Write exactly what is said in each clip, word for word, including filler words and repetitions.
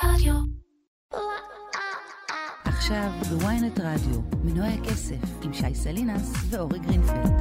רדיו. עכשיו בוויינט רדיו, מנועי הכסף עם שי סלינס ואורי גרינפלד.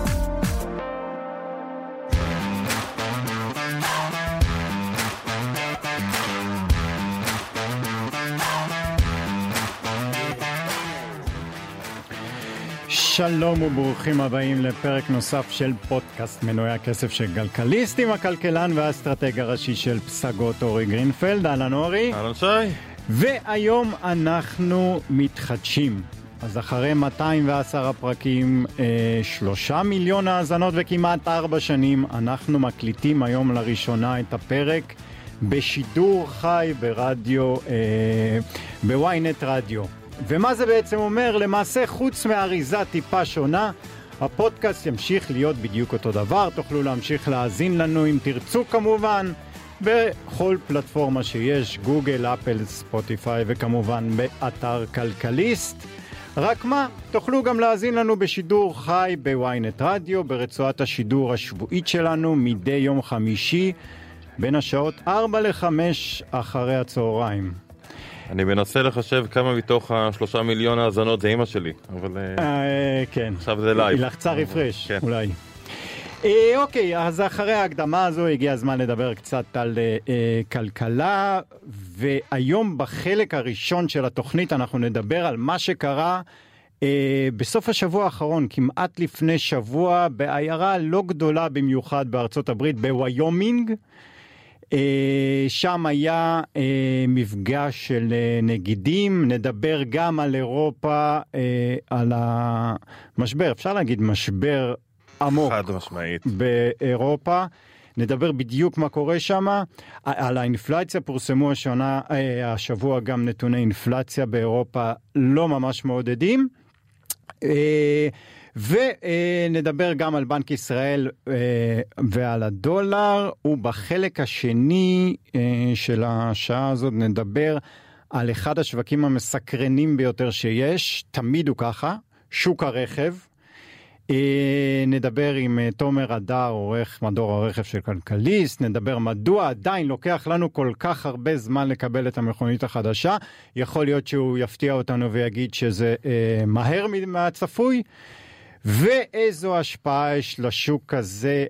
שלום וברוכים הבאים לפרק נוסף של פודקאסט מנועי הכסף של גלקליסט עם הכלכלן והאסטרטג הראשי של פסגות אורי גרינפלד. אהלן אורי. אהלן שי. והיום אנחנו מתחדשים. אז אחרי מאתיים ועשרה פרקים, שלושה מיליון האזנות וכמעט ארבע שנים, אנחנו מקליטים היום לראשונה את הפרק בשידור חי ברדיו, בוויינט רדיו. ומה זה בעצם אומר? למעשה, חוץ מהאריזה טיפה שונה, הפודקאסט ימשיך להיות בדיוק אותו דבר. תוכלו להמשיך להאזין לנו אם תרצו כמובן, בכל פלטפורמה שיש, גוגל, אפל, ספוטיפיי וכמובן באתר כלכליסט. רק מה, תוכלו גם להאזין לנו בשידור חי בוויינט רדיו, ברצועת השידור השבועית שלנו מדי יום חמישי, בין השעות ארבע לחמש אחרי הצהריים. אני מנסה לחשב כמה מתוך השלושה מיליון האזנות זה אמא שלי, אבל כן. עכשיו זה לייב. היא לחצה רפרש, אולי. אוקיי, אז אחרי ההקדמה הזו הגיע הזמן לדבר קצת על כלכלה, והיום בחלק הראשון של התוכנית אנחנו נדבר על מה שקרה בסוף השבוע האחרון, כמעט לפני שבוע, בעיירה לא גדולה במיוחד בארצות הברית, בוויומינג. שם היה מפגש של נגידים. נדבר גם על אירופה, על המשבר, אפשר להגיד משבר עמוק חד משמעית באירופה. נדבר בדיוק מה קורה שם, על האינפלציה. פורסמו השנה, השבוע גם נתוני אינפלציה באירופה לא ממש מעודדים. ונדבר גם על בנק ישראל ועל הדולר, ובחלק השני של השעה הזאת נדבר על אחד השווקים המסקרנים ביותר שיש, תמיד הוא ככה, שוק הרכב. נדבר עם תומר אדר, עורך מדור הרכב של כלכליסט. נדבר מדוע עדיין לוקח לנו כל כך הרבה זמן לקבל את המכונית החדשה. יכול להיות שהוא יפתיע אותנו ויגיד שזה מהר מהצפוי. ואיזו השפעה יש לשוק הזה,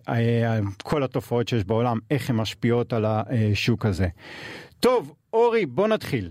כל התופעות שיש בעולם, איך הן משפיעות על השוק הזה. טוב, אורי, בוא נתחיל.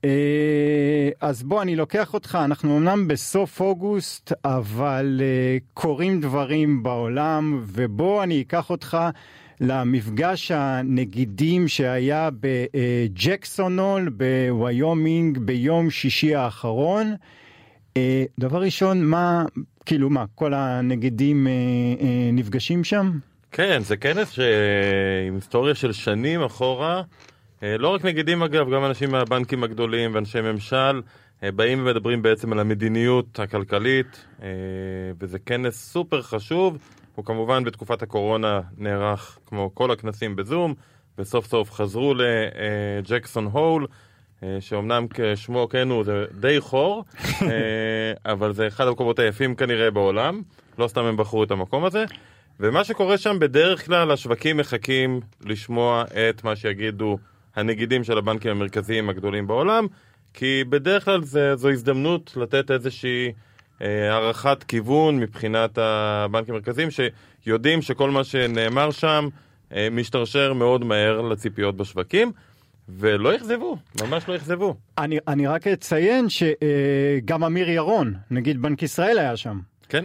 אז בוא, אני לוקח אותך, אנחנו אמנם בסוף אוגוסט, אבל קורים דברים בעולם, ובוא אני אקח אותך למפגש הנגידים שהיה בג'קסון הול בוויומינג ביום שישי האחרון. דבר ראשון, מה, כאילו מה, כל הנגידים נפגשים שם? כן, זה כנס עם היסטוריה של שנים אחורה. לא רק נגידים אגב, גם אנשים מהבנקים הגדולים ואנשי ממשל באים ומדברים בעצם על המדיניות הכלכלית, וזה כנס סופר חשוב. הוא כמובן בתקופת הקורונה נערך כמו כל הכנסים בזום, וסוף סוף חזרו לג'קסון הול, שאומנם כשמו כן הוא זה די חור, אבל זה אחד המקומות היפים כנראה בעולם, לא סתם הם בחרו את המקום הזה. ומה שקורה שם בדרך כלל, השווקים מחכים לשמוע את מה שיגידו הנגידים של הבנקים המרכזיים הגדולים בעולם, כי בדרך כלל זה, זו הזדמנות לתת איזושהי אה, הערכת כיוון מבחינת הבנקים המרכזיים, שיודעים שכל מה שנאמר שם אה, משתרשר מאוד מהר לציפיות בשווקים, ולא יחזבו, ממש לא יחזבו. אני, אני רק אציין שגם אמיר ירון, נגיד בנק ישראל היה שם. כן.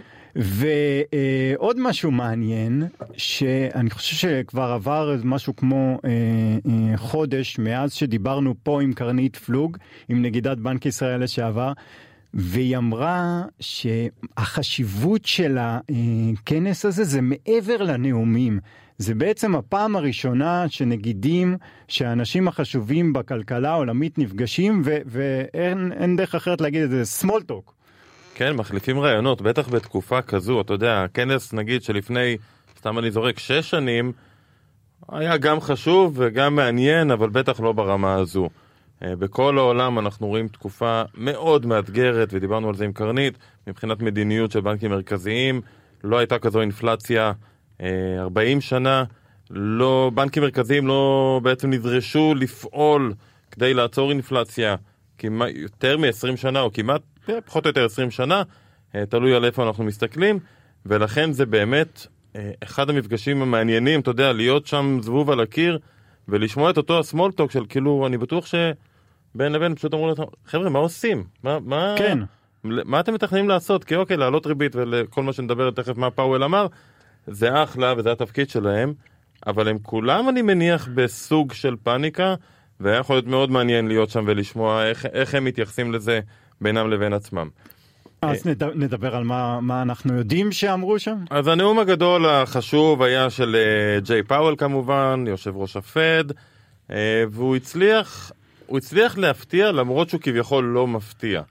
ועוד משהו מעניין, שאני חושב שכבר עבר משהו כמו חודש מאז שדיברנו פה עם קרנית פלוג, עם נגידת בנק ישראל לשעבר, והיא אמרה שהחשיבות של הכנס הזה זה מעבר לנאומים. זה בעצם הפעם הראשונה שנגידים שהאנשים החשובים בכלכלה העולמית נפגשים, ו- ואין אין דרך אחרת להגיד את זה, small talk. כן, מחליפים רעיונות, בטח בתקופה כזו, אתה יודע, הכנס נגיד שלפני, סתם אני זורק, שש שנים, היה גם חשוב וגם מעניין, אבל בטח לא ברמה הזו. בכל העולם אנחנו רואים תקופה מאוד מאתגרת, ודיברנו על זה עם קרנית, מבחינת מדיניות של בנקים מרכזיים, לא הייתה כזו אינפלציה ארבעים שנה, לא, בנקים מרכזיים לא בעצם נדרשו לפעול כדי לעצור אינפלציה כמעט יותר מ-עשרים שנה, או כמעט פחות או יותר עשרים שנה, תלוי על איפה אנחנו מסתכלים, ולכן זה באמת אחד המפגשים המעניינים, אתה יודע, להיות שם זבוב על הקיר, ולשמוע את אותו הסמולטוק של כאילו, אני בטוח שבין לבין פשוט אמרו לו, חבר'ה, מה עושים? מה, מה, כן. מה אתם מתכננים לעשות? כי אוקיי, לעלות ריבית ולכל מה שנדבר תכף מה פאוול אמר, זה אחלה וזה התפקיד שלהם, אבל הם כולם, אני מניח, בסוג של פאניקה, והיה יכול להיות מאוד מעניין להיות שם ולשמוע איך, איך הם מתייחסים לזה בינם לבין עצמם. אז נדבר על מה, מה אנחנו יודעים שאמרו שם? אז הנאום הגדול החשוב היה של ג'יי פאוול כמובן, יושב ראש הפד, והוא הצליח, הוא הצליח להפתיע למרות שהוא כביכול לא מפתיע.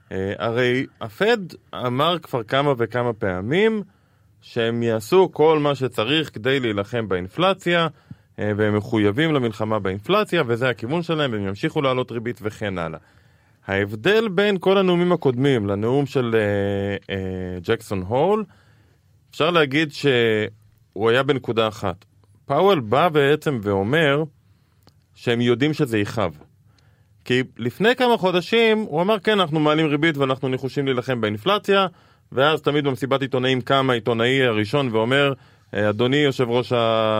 הרי הפד אמר כבר כמה וכמה פעמים שהם יעשו כל מה שצריך כדי להילחם באינפלציה, והם מחויבים למלחמה באינפלציה, וזה הכיוון שלהם, והם ימשיכו לעלות ריבית וכן הלאה. ההבדל בין כל הנאומים הקודמים לנאום של uh, uh, ג'קסון הול, אפשר להגיד שהוא היה בנקודה אחת. פאוול בא בעצם ואומר שהם יודעים שזה ייחב. כי לפני כמה חודשים הוא אמר כן, אנחנו מעלים ריבית ואנחנו נחושים להילחם באינפלציה, ואז תמיד במסיבת עיתונאים קם העיתונאי הראשון ואומר, אדוני יושב ראש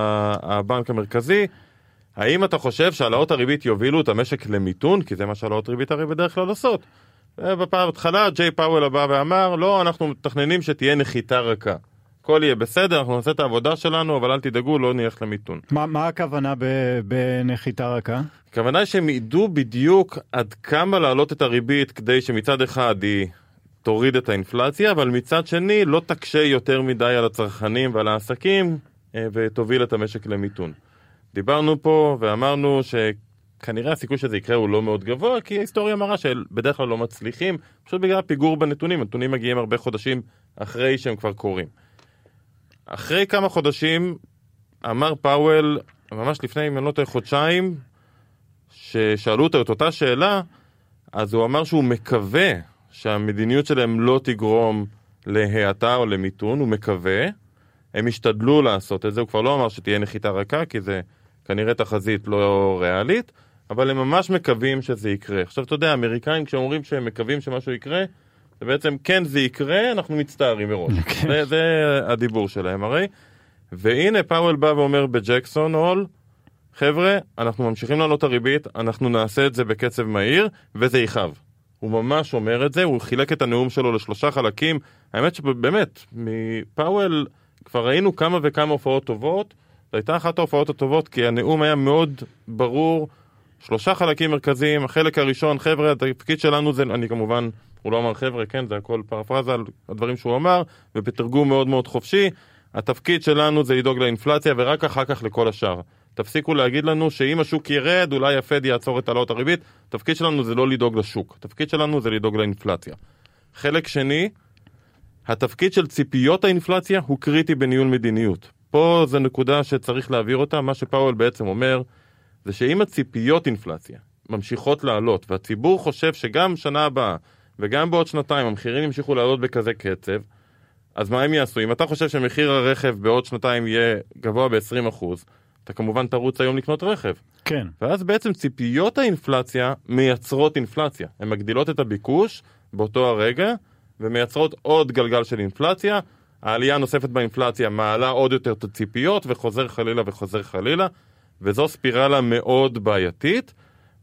הבנק המרכזי, האם אתה חושב שהעלאות הריבית יובילו את המשק למיתון? כי זה מה שהעלאות ריבית הרי בדרך כלל לעשות. בפעם התחלה ג'יי פאוול הבא ואמר, לא, אנחנו מתכננים שתהיה נחיתה רכה. הכל יהיה בסדר, אנחנו נעשה את העבודה שלנו, אבל אל תדאגו, לא נלך למיתון. מה, מה הכוונה בנחיתה רכה? הכוונה שהם ידעו בדיוק עד כמה להעלות את הריבית, כדי שמצד אחד היא תוריד את האינפלציה, אבל מצד שני לא תקשה יותר מדי על הצרכנים ועל העסקים, ותוביל את המשק למיתון. דיברנו פה ואמרנו שכנראה הסיכוי שזה יקרה הוא לא מאוד גבוה, כי ההיסטוריה מראה שבדרך כלל לא מצליחים, פשוט בגלל פיגור בנתונים. הנתונים מגיעים הרבה חודשים אחרי שהם כבר קורים. אחרי כמה חודשים אמר פאוול, ממש לפני מנות חודשיים, ששאלו אותו את אותה שאלה, אז הוא אמר שהוא מקווה שהמדיניות שלהם לא תגרום להאטה או למיתון, הוא מקווה, הם השתדלו לעשות את זה, הוא כבר לא אמר שתהיה נחיתה רכה, כי זה כנראה תחזית לא ריאלית, אבל הם ממש מקווים שזה יקרה. עכשיו אתה יודע, האמריקאים כשאומרים שהם מקווים שמשהו יקרה, זה בעצם כן זה יקרה, אנחנו מצטערים מראש. זה, זה הדיבור שלהם הרי. והנה פאוול בא ואומר בג'קסון הול, חבר'ה, אנחנו ממשיכים לעלות הריבית, אנחנו נעשה את זה בקצב מהיר, וזה ייחב. הוא ממש אומר את זה, הוא חילק את הנאום שלו לשלושה חלקים. האמת שבאמת, מפאוול כבר ראינו כמה וכמה הופעות טובות, זו הייתה אחת ההופעות הטובות, כי הנאום היה מאוד ברור, שלושה חלקים מרכזיים. החלק הראשון, חבר'ה, התפקיד שלנו זה, אני כמובן, הוא לא אמר חבר'ה, כן, זה הכל פרפרזה על הדברים שהוא אמר, ובתרגום מאוד מאוד חופשי, התפקיד שלנו זה לדאוג לאינפלציה, ורק אחר כך לכל השאר. תפסיקו להגיד לנו שאם השוק ירד, אולי הפד יעצור את העלאות הריבית. התפקיד שלנו זה לא לדאוג לשוק, התפקיד שלנו זה לדאוג לאינפלציה. חלק שני, התפקיד של ציפיות האינפלציה הוא קריטי בניהול מדיניות. פה זו נקודה שצריך להעביר אותה. מה שפאוול בעצם אומר, זה שאם הציפיות אינפלציה ממשיכות לעלות, והציבור חושב שגם שנה הבאה וגם בעוד שנתיים המחירים ימשיכו לעלות בכזה קצב, אז מה הם יעשו? אם אתה חושב שמחיר הרכב בעוד שנתיים יהיה גבוה ב-עשרים אחוז, אתה כמובן תרוץ היום לקנות רכב. כן. ואז בעצם ציפיות האינפלציה מייצרות אינפלציה. הן מגדילות את הביקוש באותו הרגע, ומייצרות עוד גלגל של אינפלציה. העלייה הנוספת באינפלציה מעלה עוד יותר את הציפיות, וחוזר חלילה וחוזר חלילה, וזו ספירלה מאוד בעייתית,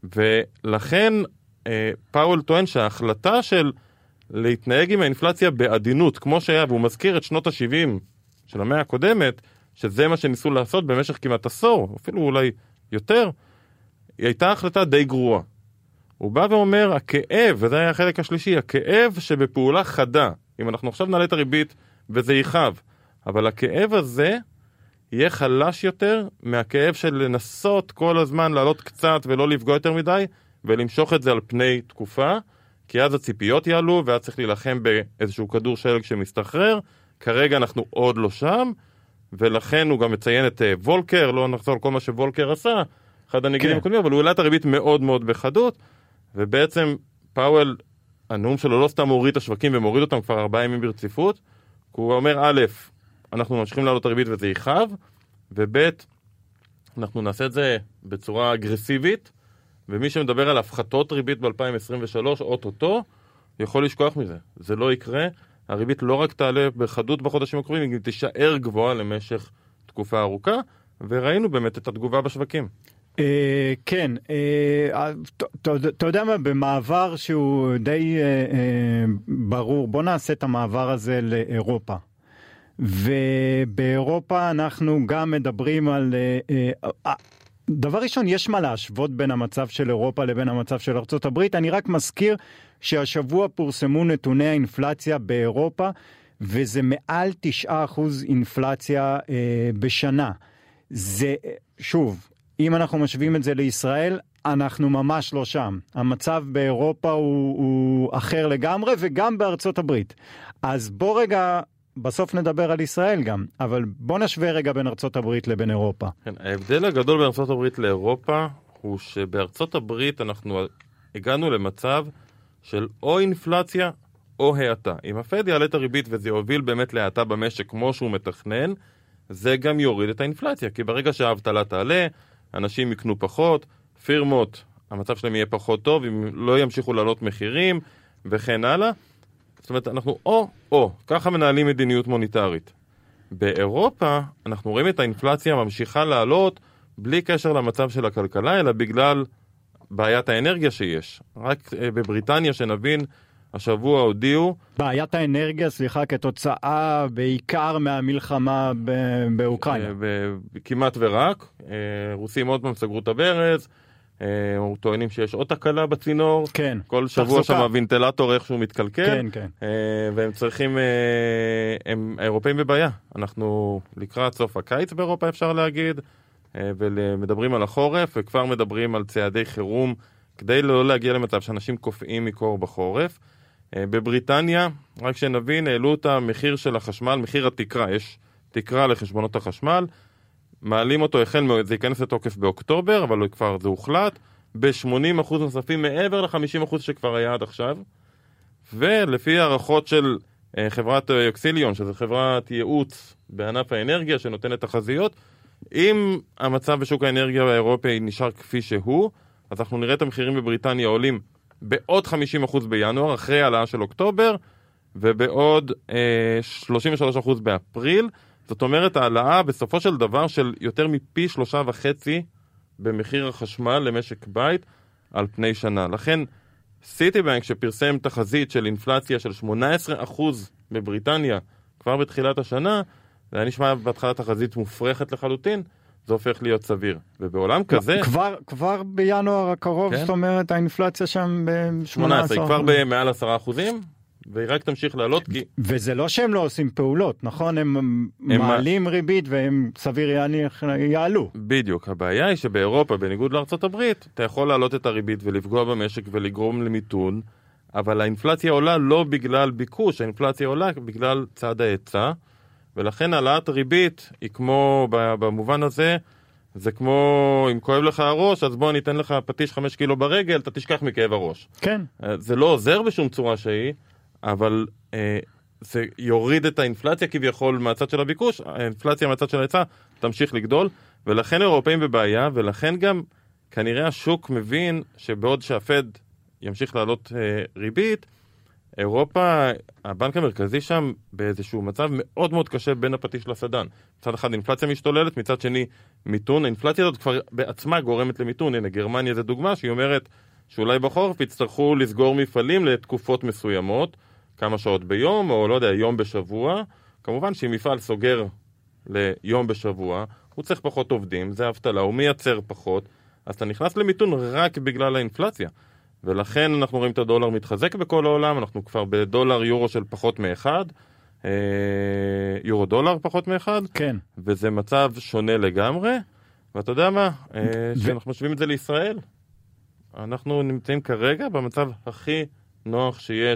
ולכן אה, פאוול טוען שההחלטה של להתנהג עם האינפלציה בעדינות, כמו שהיה, והוא מזכיר את שנות ה-שבעים של המאה הקודמת, שזה מה שניסו לעשות במשך כמעט עשור, אפילו אולי יותר, היא הייתה החלטה די גרועה. הוא בא ואומר, הכאב, וזה היה החלק השלישי, הכאב שבפעולה חדה, אם אנחנו עכשיו נעלה את הריבית וזה ייחב, אבל הכאב הזה יהיה חלש יותר מהכאב של לנסות כל הזמן לעלות קצת ולא לפגוע יותר מדי, ולמשוך את זה על פני תקופה, כי אז הציפיות יעלו, ואז צריך להילחם באיזשהו כדור שלג שמסתחרר. כרגע אנחנו עוד לא שם, ולכן הוא גם מציין את וולקר, לא נחזור על כל מה שוולקר עשה, אחד הנגידים כן. הקודמים, אבל הוא העלה את הריבית מאוד מאוד בחדות, ובעצם פאוול, הנאום שלו לא סתם מוריד את השווקים ומוריד אותם כבר ארבעה ימים ברציפות, כי הוא אומר א', אנחנו ממשיכים לעלות את הריבית וזה ייחב, וב', אנחנו נעשה את זה בצורה אגרסיבית, ומי שמדבר על הפחתות ריבית ב-אלפיים עשרים ושלוש, אוטוטו, יכול לשכוח מזה. זה לא יקרה. הריבית לא רק תעלה בחדות בחודשים הקרובים, היא תישאר גבוהה למשך תקופה ארוכה, וראינו באמת את התגובה בשווקים. כן, אתה יודע מה, במעבר שהוא די ברור, בוא נעשה את המעבר הזה לאירופה. ובאירופה אנחנו גם מדברים על... דבר ראשון, יש מה להשוות בין המצב של אירופה לבין המצב של ארצות הברית. אני רק מזכיר שהשבוע פורסמו נתוני האינפלציה באירופה, וזה מעל תשעה אחוז אינפלציה אה, בשנה. זה, שוב, אם אנחנו משווים את זה לישראל, אנחנו ממש לא שם. המצב באירופה הוא, הוא אחר לגמרי, וגם בארצות הברית. אז בוא רגע... בסוף נדבר על ישראל גם, אבל בוא נשווה רגע בין ארצות הברית לבין אירופה. כן, ההבדל הגדול בין ארצות הברית לאירופה הוא שבארצות הברית אנחנו הגענו למצב של או אינפלציה או האטה. אם הפד יעלה את הריבית וזה יוביל באמת להאטה במשק כמו שהוא מתכנן, זה גם יוריד את האינפלציה, כי ברגע שהאבטלה תעלה, אנשים יקנו פחות, פירמות, המצב שלהם יהיה פחות טוב, אם לא ימשיכו לעלות מחירים וכן הלאה. זאת אומרת, אנחנו או, או, ככה מנהלים מדיניות מוניטרית. באירופה, אנחנו רואים את האינפלציה ממשיכה לעלות, בלי קשר למצב של הכלכלה, אלא בגלל בעיית האנרגיה שיש. רק בבריטניה, שנבין, השבוע הודיעו... בעיית האנרגיה, סליחה, כתוצאה בעיקר מהמלחמה באוקראינה. כמעט ורק. רוסים עוד פעם סגרו את הברז, הוא טוענים שיש עוד תקלה בצינור, כן, כל שבוע שם הוונטילטור איכשהו מתקלקל, כן, כן. והם צריכים, הם האירופאים בבעיה, אנחנו לקראת סוף הקיץ באירופה אפשר להגיד, ומדברים על החורף, וכבר מדברים על צעדי חירום, כדי לא להגיע למצב שאנשים קופאים מקור בחורף. בבריטניה, רק שנבין, העלו את המחיר של החשמל, מחיר התקרה, יש תקרה לחשבונות החשמל, מעלים אותו החל מאוד, זה ייכנס לתוקף באוקטובר, אבל כבר זה הוחלט, ב-שמונים אחוז נוספים מעבר ל-חמישים אחוז שכבר היה עד עכשיו, ולפי הערכות של אה, חברת יוקסיליון, שזו חברת ייעוץ בענף האנרגיה שנותנת תחזיות, אם המצב בשוק האנרגיה האירופי נשאר כפי שהוא, אז אנחנו נראה את המחירים בבריטניה עולים בעוד חמישים אחוז בינואר, אחרי העלאה של אוקטובר, ובעוד אה, שלושים ושלושה אחוז באפריל, זאת אומרת, העלאה בסופו של דבר של יותר מפי שלושה וחצי במחיר החשמל למשק בית על פני שנה. לכן, סיטיבנק שפרסם תחזית של אינפלציה של שמונה עשרה אחוז בבריטניה כבר בתחילת השנה, זה היה נשמע בהתחלת תחזית מופרכת לחלוטין, זה הופך להיות סביר. ובעולם כזה... כבר, כבר בינואר הקרוב, כן? זאת אומרת, האינפלציה שם ב-שמונה עשרה. כבר במעל עשרה אחוזים. והיא רק תמשיך לעלות כי... וזה לא שהם לא עושים פעולות, נכון? הם, הם מעלים ריבית והם סביר יעניח, יעלו. בדיוק. הבעיה היא שבאירופה, בניגוד לארצות הברית, אתה יכול לעלות את הריבית ולפגוע במשק ולגרום למיתון, אבל האינפלציה עולה לא בגלל ביקוש, האינפלציה עולה בגלל צד ההיצע, ולכן העלאת ריבית היא כמו, במובן הזה, זה כמו, אם כואב לך הראש, אז בוא ניתן לך פטיש חמש קילו ברגל, אתה תשכח מכאב הראש. כן. זה לא עוזר בשום צורה שהיא, אבל אה, זה יוריד את האינפלציה כביכול מהצד של הביקוש, האינפלציה מהצד של ההיצע תמשיך לגדול, ולכן אירופאים בבעיה, ולכן גם כנראה השוק מבין שבעוד שהפד ימשיך לעלות אה, ריבית, אירופה, הבנק המרכזי שם באיזשהו מצב מאוד מאוד קשה בין הפטיש לסדן. מצד אחד אינפלציה משתוללת, מצד שני מיתון, האינפלציה הזאת כבר בעצמה גורמת למיתון, הנה גרמניה זה דוגמה שהיא אומרת שאולי בחורף יצטרכו לסגור מפעלים לתקופות מסוימות, כמה שעות ביום, או לא יודע, יום בשבוע. כמובן שאם מפעל סוגר ליום בשבוע, הוא צריך פחות עובדים, זה אבטלה, הוא מייצר פחות, אז אתה נכנס למיתון רק בגלל האינפלציה. ולכן אנחנו רואים את הדולר מתחזק בכל העולם, אנחנו כבר בדולר יורו של פחות מאחד, אה, יורו דולר פחות מאחד, כן. וזה מצב שונה לגמרי, ואתה יודע מה, אה, ו... שאנחנו משווים את זה לישראל, אנחנו נמצאים כרגע במצב הכי נוח שיש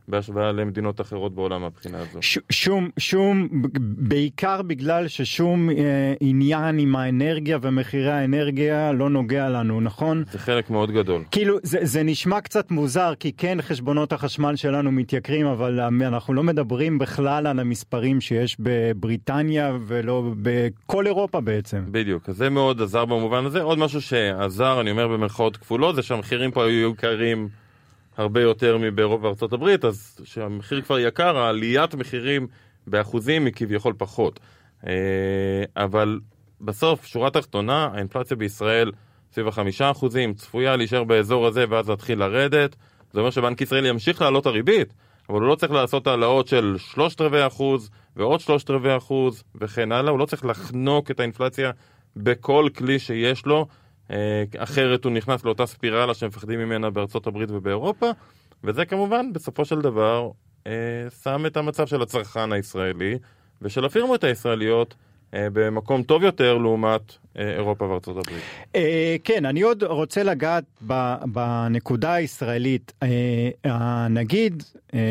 בהשוואה למדינות אחרות בעולם מבחינה הזו. ש, שום, שום, בעיקר בגלל ששום אה, עניין עם האנרגיה ומחירי האנרגיה לא נוגע לנו, נכון? זה חלק מאוד גדול. כאילו, זה, זה נשמע קצת מוזר, כי כן, חשבונות החשמל שלנו מתייקרים, אבל אנחנו לא מדברים בכלל על המספרים שיש בבריטניה ולא בכל אירופה בעצם. בדיוק, אז זה מאוד עזר במובן הזה. עוד משהו שעזר, אני אומר במרכאות כפולות, זה שהמחירים פה היו יקרים הרבה יותר מבאירופה וארצות הברית, אז שהמחיר כבר יקר, העליית מחירים באחוזים היא כביכול פחות. אבל בסוף, שורה תחתונה, האינפלציה בישראל סביב החמישה אחוזים, צפויה להישאר באזור הזה ואז להתחיל לרדת. זה אומר שבנק ישראל ימשיך לעלות הריבית, אבל הוא לא צריך לעשות העלאות של שלושת רבעי אחוז ועוד שלושת רבעי אחוז וכן הלאה. הוא לא צריך לחנוק את האינפלציה בכל כלי שיש לו, אחרת הוא נכנס לאותה ספירלה שמפחדים ממנה בארצות הברית ובאירופה, וזה כמובן בסופו של דבר שם את המצב של הצרכן הישראלי ושל הפירמות הישראליות במקום טוב יותר לעומת אירופה וארצות הברית. כן, אני עוד רוצה לגעת בנקודה הישראלית. הנגיד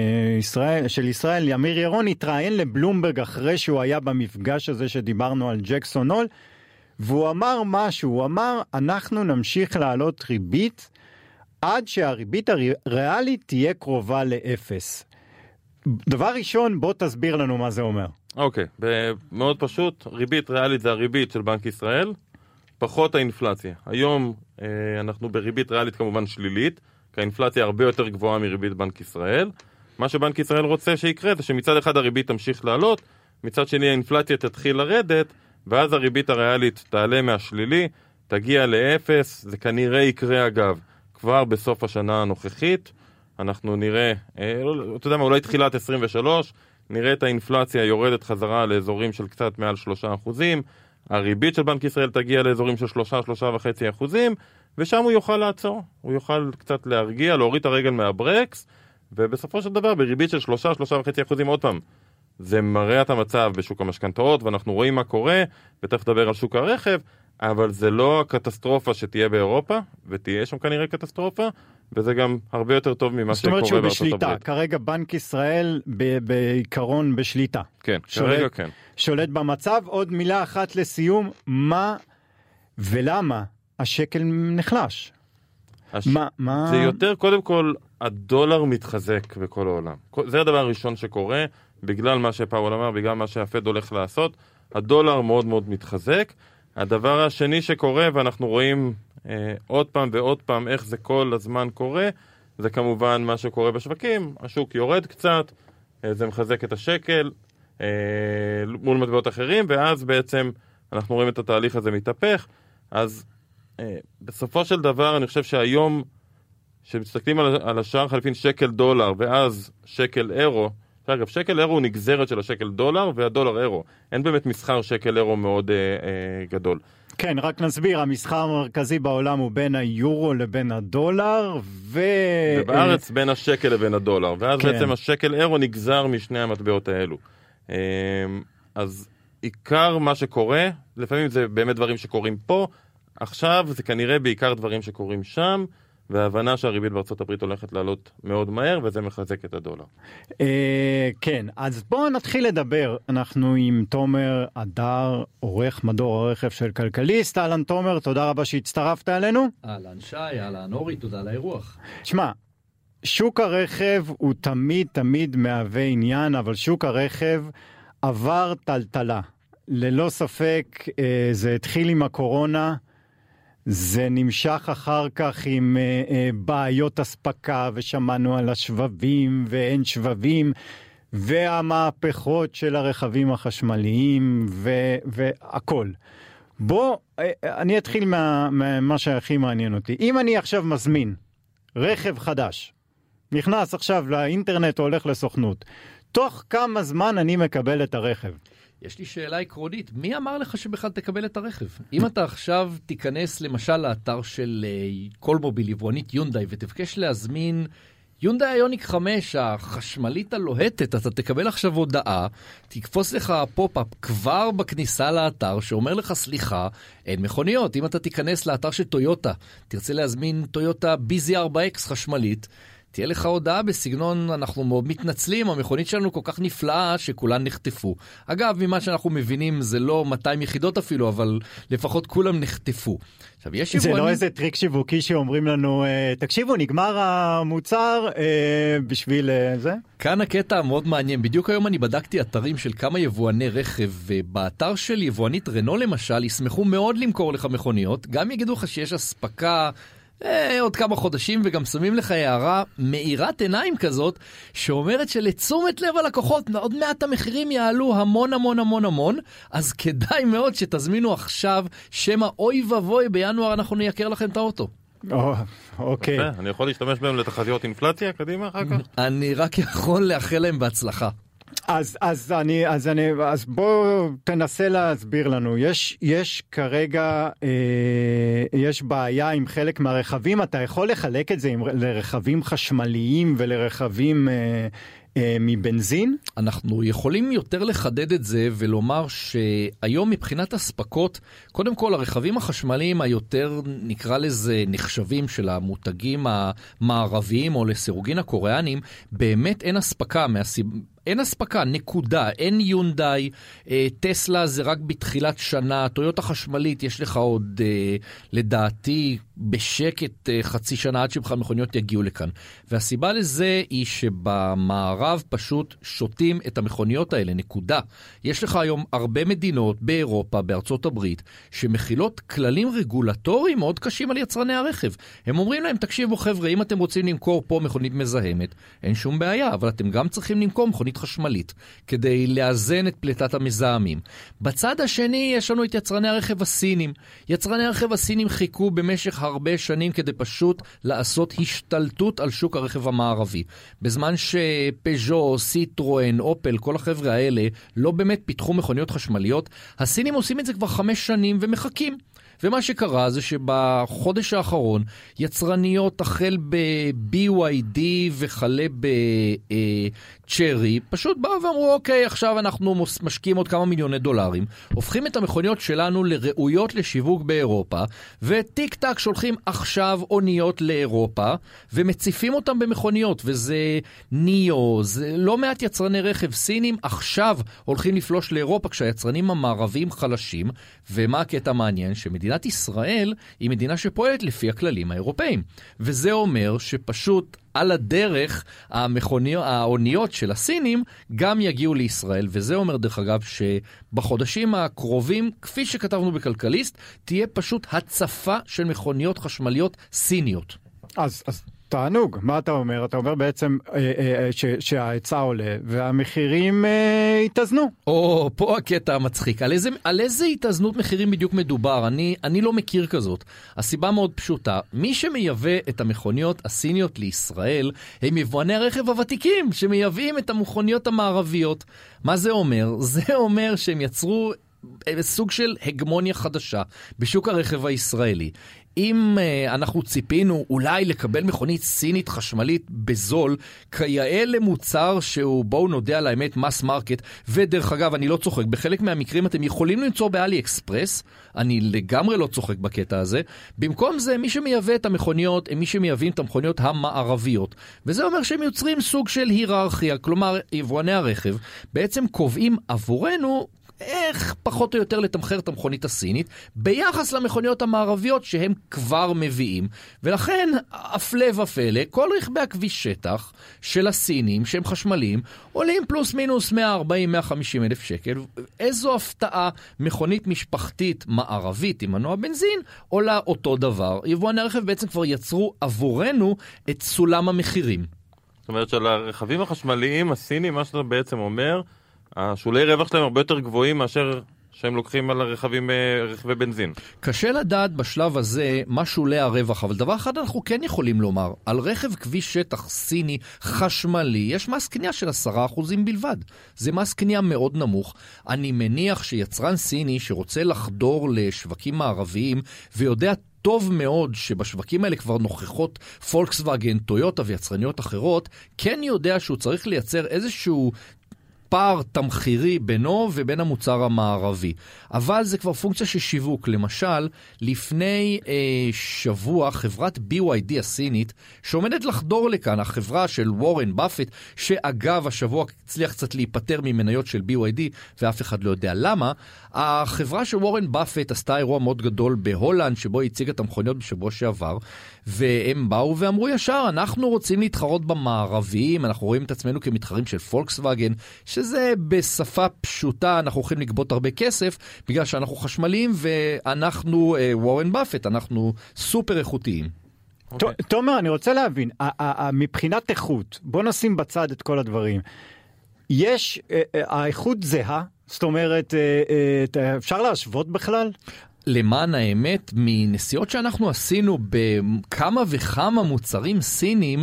של ישראל, אמיר ירון, התראיין לבלומברג אחרי שהוא היה במפגש הזה שדיברנו על ג'קסון הול, והוא אמר משהו, הוא אמר, אנחנו נמשיך לעלות ריבית עד שהריבית הריאלית תהיה קרובה לאפס. דבר ראשון, בוא תסביר לנו מה זה אומר. אוקיי, okay, מאוד פשוט, ריבית ריאלית זה הריבית של בנק ישראל, פחות האינפלציה. היום אה, אנחנו בריבית ריאלית כמובן שלילית, כי האינפלציה הרבה יותר גבוהה מריבית בנק ישראל. מה שבנק ישראל רוצה שיקרה זה שמצד אחד הריבית תמשיך לעלות, מצד שני האינפלציה תתחיל לרדת, ואז הריבית הריאלית תעלה מהשלילי, תגיע לאפס, זה כנראה יקרה אגב, כבר בסוף השנה הנוכחית, אנחנו נראה, אה, אתה יודע מה, אולי תחילת עשרים ושלוש, נראה את האינפלציה יורדת חזרה לאזורים של קצת מעל שלושה אחוזים, הריבית של בנק ישראל תגיע לאזורים של שלושה, שלושה וחצי אחוזים, ושם הוא יוכל לעצור, הוא יוכל קצת להרגיע, להוריד את הרגל מהברקס, ובסופו של דבר בריבית של שלושה, שלושה וחצי אחוזים עוד פעם, זה מראה את המצב בשוק המשכנתאות, ואנחנו רואים מה קורה, ותכף נדבר על שוק הרכב, אבל זה לא הקטסטרופה שתהיה באירופה, ותהיה שם כנראה קטסטרופה, וזה גם הרבה יותר טוב ממה שקורה בארצות הברית. זאת אומרת שהוא בשליטה, כרגע בנק ישראל ב- בעיקרון בשליטה. כן, שולט, כרגע כן. שולט במצב. עוד מילה אחת לסיום, מה ולמה השקל נחלש? הש... מה, מה... זה יותר, קודם כל, הדולר מתחזק בכל העולם. זה הדבר הראשון שקורה, בגלל מה שפאוול אמר, בגלל מה שהפד הולך לעשות, הדולר מאוד מאוד מתחזק. הדבר השני שקורה, ואנחנו רואים אה, עוד פעם ועוד פעם איך זה כל הזמן קורה, זה כמובן מה שקורה בשווקים, השוק יורד קצת, אה, זה מחזק את השקל אה, מול מטבעות אחרים, ואז בעצם אנחנו רואים את התהליך הזה מתהפך. אז אה, בסופו של דבר אני חושב שהיום, שמסתכלים על, על השער חליפין שקל דולר, ואז שקל אירו, אגב, שקל אירו הוא נגזרת של השקל דולר והדולר אירו. אין באמת מסחר שקל אירו מאוד אה, אה, גדול. כן, רק נסביר, המסחר המרכזי בעולם הוא בין היורו לבין הדולר, ו... ובארץ בין השקל לבין הדולר, ואז כן. בעצם השקל אירו נגזר משני המטבעות האלו. אה, אז עיקר מה שקורה, לפעמים זה באמת דברים שקורים פה, עכשיו זה כנראה בעיקר דברים שקורים שם, וההבנה שהריבית בארצות הברית הולכת לעלות מאוד מהר, וזה מחזק את הדולר. כן, אז בואו נתחיל לדבר. אנחנו עם תומר אדר, עורך מדור הרכב של כלכליסט. אהלן תומר, תודה רבה שהצטרפת אלינו. אהלן שי, אהלן אורי, תודה על האירוח. תשמע, שוק הרכב הוא תמיד תמיד מהווה עניין, אבל שוק הרכב עבר טלטלה. ללא ספק, זה התחיל עם הקורונה, זה נמשך אחר כך עם uh, uh, בעיות הספקה, ושמענו על השבבים ואין שבבים, והמהפכות של הרכבים החשמליים, ו- והכל. בוא, uh, אני אתחיל מה, מה שהכי מעניין אותי. אם אני עכשיו מזמין רכב חדש, נכנס עכשיו לאינטרנט או הולך לסוכנות, תוך כמה זמן אני מקבל את הרכב? יש לי שאלה עקרונית, מי אמר לך שבכלל תקבל את הרכב? אם אתה עכשיו תיכנס למשל לאתר של כל מוביל, יבואנית יונדאי, ותבקש להזמין יונדאי איוניק חמש, החשמלית הלוהטת, אתה תקבל עכשיו הודעה, תקפוץ לך פופ-אפ כבר בכניסה לאתר, שאומר לך סליחה, אין מכוניות. אם אתה תיכנס לאתר של טויוטה, תרצה להזמין טויוטה בי זי ארבע אקס חשמלית, תהיה לך הודעה בסגנון, אנחנו מאוד מתנצלים, המכונית שלנו כל כך נפלאה שכולן נחטפו. אגב, ממה שאנחנו מבינים זה לא מאתיים יחידות אפילו, אבל לפחות כולם נחטפו. עכשיו, יש זה יבואנים... לא איזה טריק שיווקי שאומרים לנו, תקשיבו, נגמר המוצר בשביל זה? כאן הקטע המאוד מעניין. בדיוק היום אני בדקתי אתרים של כמה יבואני רכב, ובאתר של יבואנית רנו למשל, ישמחו מאוד למכור לך מכוניות, גם יגידו לך שיש הספקה אה, עוד כמה חודשים, וגם שמים לך הערה מאירת עיניים כזאת, שאומרת שלתשומת לב הלקוחות, עוד מעט המחירים יעלו המון המון המון המון, אז כדאי מאוד שתזמינו עכשיו, שמה אוי ובוי בינואר אנחנו נייקר לכם את האוטו. אוקיי. אני יכול להשתמש בהם לתחזיות אינפלציה קדימה אחר כך? אני רק יכול לאחל להם בהצלחה. אז אז אני אז אני אז בוא תנסה להסביר לנו. יש יש כרגע אה, יש בעיה עם חלק מהרכבים. אתה יכול לחלק את זה עם, לרכבים חשמליים ולרכבים אה, אה, מבנזין? אנחנו יכולים יותר לחדד את זה ולומר שהיום מבחינת הספקות, קודם כל הרכבים החשמליים היותר נקרא לזה נחשבים של המותגים המערביים או לסירוגין הקוריאנים, באמת אין הספקה מהסיבה אין הספקה, נקודה, אין יונדאי, אה, טסלה זה רק בתחילת שנה, טויוטה חשמלית יש לך עוד, אה, לדעתי, בשקט אה, חצי שנה עד שבכלל מכוניות יגיעו לכאן. והסיבה לזה היא שבמערב פשוט שותים את המכוניות האלה, נקודה. יש לך היום הרבה מדינות באירופה, בארצות הברית, שמכילות כללים רגולטוריים מאוד קשים על יצרני הרכב. הם אומרים להם, תקשיבו חבר'ה, אם אתם רוצים למכור פה מכונית מזהמת, אין שום בעיה, אבל אתם גם צריכים למכור מכונית חשמלית, כדי לאזן את פליטת המזהמים. בצד השני יש לנו את יצרני הרכב הסינים. יצרני הרכב הסינים חיכו במשך הרבה שנים כדי פשוט לעשות השתלטות על שוק הרכב המערבי. בזמן שפז'ו, סיטרואן, אופל, כל החבר'ה האלה לא באמת פיתחו מכוניות חשמליות, הסינים עושים את זה כבר חמש שנים ומחכים. ומה שקרה זה שבחודש האחרון יצרניות החל ב-בי וואי די וכלה בצ'רי פשוט באו ואמרו אוקיי, עכשיו אנחנו משקיעים עוד כמה מיליוני דולרים, הופכים את המכוניות שלנו לראויות לשיווק באירופה, וטיק טק שולחים עכשיו אוניות לאירופה ומציפים אותם במכוניות, וזה ניו, זה לא מעט יצרני רכב סינים עכשיו הולכים לפלוש לאירופה כשהיצרנים המערביים חלשים. ומה הקטע מעניין? שמדינת ישראל היא מדינה שפועלת לפי הכללים האירופאים. וזה אומר שפשוט על הדרך המכוניות, האוניות של הסינים גם יגיעו לישראל. וזה אומר דרך אגב שבחודשים הקרובים, כפי שכתבנו בכלכליסט, תהיה פשוט הצפה של מכוניות חשמליות סיניות. אז, אז תענוג, מה אתה אומר? אתה אומר בעצם אה, אה, ש, שההיצע עולה והמחירים אה, יתזנו. או, פה הקטע המצחיק. על איזה, על איזה התזנות מחירים בדיוק מדובר? אני, אני לא מכיר כזאת. הסיבה מאוד פשוטה. מי שמייבא את המכוניות הסיניות לישראל, הם יבואני הרכב הוותיקים שמייבאים את המכוניות המערביות. מה זה אומר? זה אומר שהם יצרו סוג של הגמוניה חדשה בשוק הרכב הישראלי. אם uh, אנחנו ציפינו אולי לקבל מכונית סינית חשמלית בזול, כיאה למוצר שהוא, בואו נודע על האמת, מס מרקט, ודרך אגב, אני לא צוחק, בחלק מהמקרים אתם יכולים למצוא באלי אקספרס, אני לגמרי לא צוחק בקטע הזה, במקום זה מי שמייבא את המכוניות, הם מי שמייבאים את המכוניות המערביות, וזה אומר שהם יוצרים סוג של היררכיה, כלומר, יבואני הרכב בעצם קובעים עבורנו, איך פחות או יותר לתמחר את המכונית הסינית ביחס למכוניות המערביות שהם כבר מביאים. ולכן, הפלא ופלא, כל רכבי הכביש שטח של הסינים שהם חשמליים עולים פלוס מינוס מאה ארבעים עד מאה וחמישים אלף שקל. איזו הפתעה, מכונית משפחתית מערבית עם מנוע בנזין עולה אותו דבר. יבואני הרכב בעצם כבר יצרו עבורנו את סולם המחירים. זאת אומרת שלרכבים החשמליים הסינים, מה שאתה בעצם אומר, השולי רווח שלהם הרבה יותר גבוהים מאשר שהם לוקחים על הרכבים, רכבי בנזין. קשה לדעת בשלב הזה מה שולי הרווח, אבל דבר אחד אנחנו כן יכולים לומר, על רכב כביש שטח סיני חשמלי, יש מס קנייה של עשרה אחוזים בלבד. זה מס קנייה מאוד נמוך. אני מניח שיצרן סיני שרוצה לחדור לשווקים מערביים ויודע טוב מאוד שבשווקים האלה כבר נוכחות פולקסווגן, טויוטה ויצרניות אחרות, כן יודע שהוא צריך לייצר איזשהו פער תמחירי בינו ובין המוצר המערבי. אבל זה כבר פונקציה של שיווק. למשל, לפני אה, שבוע, חברת בי וואי די הסינית, שעומדת לחדור לכאן, החברה של וורן באפט, שאגב, השבוע הצליח קצת להיפטר ממניות של בי וואי די, ואף אחד לא יודע למה, החברה של וורן באפט עשתה אירוע מאוד גדול בהולנד, שבו היא הציגה את המכוניות בשבוע שעבר, והם באו ואמרו ישר, אנחנו רוצים להתחרות במערביים, אנחנו רואים את עצמנו כמתחרים של פולקסווגן, שזה בשפה פשוטה, אנחנו הולכים לגבות הרבה כסף, בגלל שאנחנו חשמליים, ואנחנו וורן באפט, אנחנו סופר איכותיים. תומר, אני רוצה להבין, מבחינת איכות, בוא נשים בצד את כל הדברים. יש, האיכות זהה, זאת אומרת, אפשר להשוות בכלל? למען האמת, מנסיעות שאנחנו עשינו בכמה וכמה מוצרים סינים,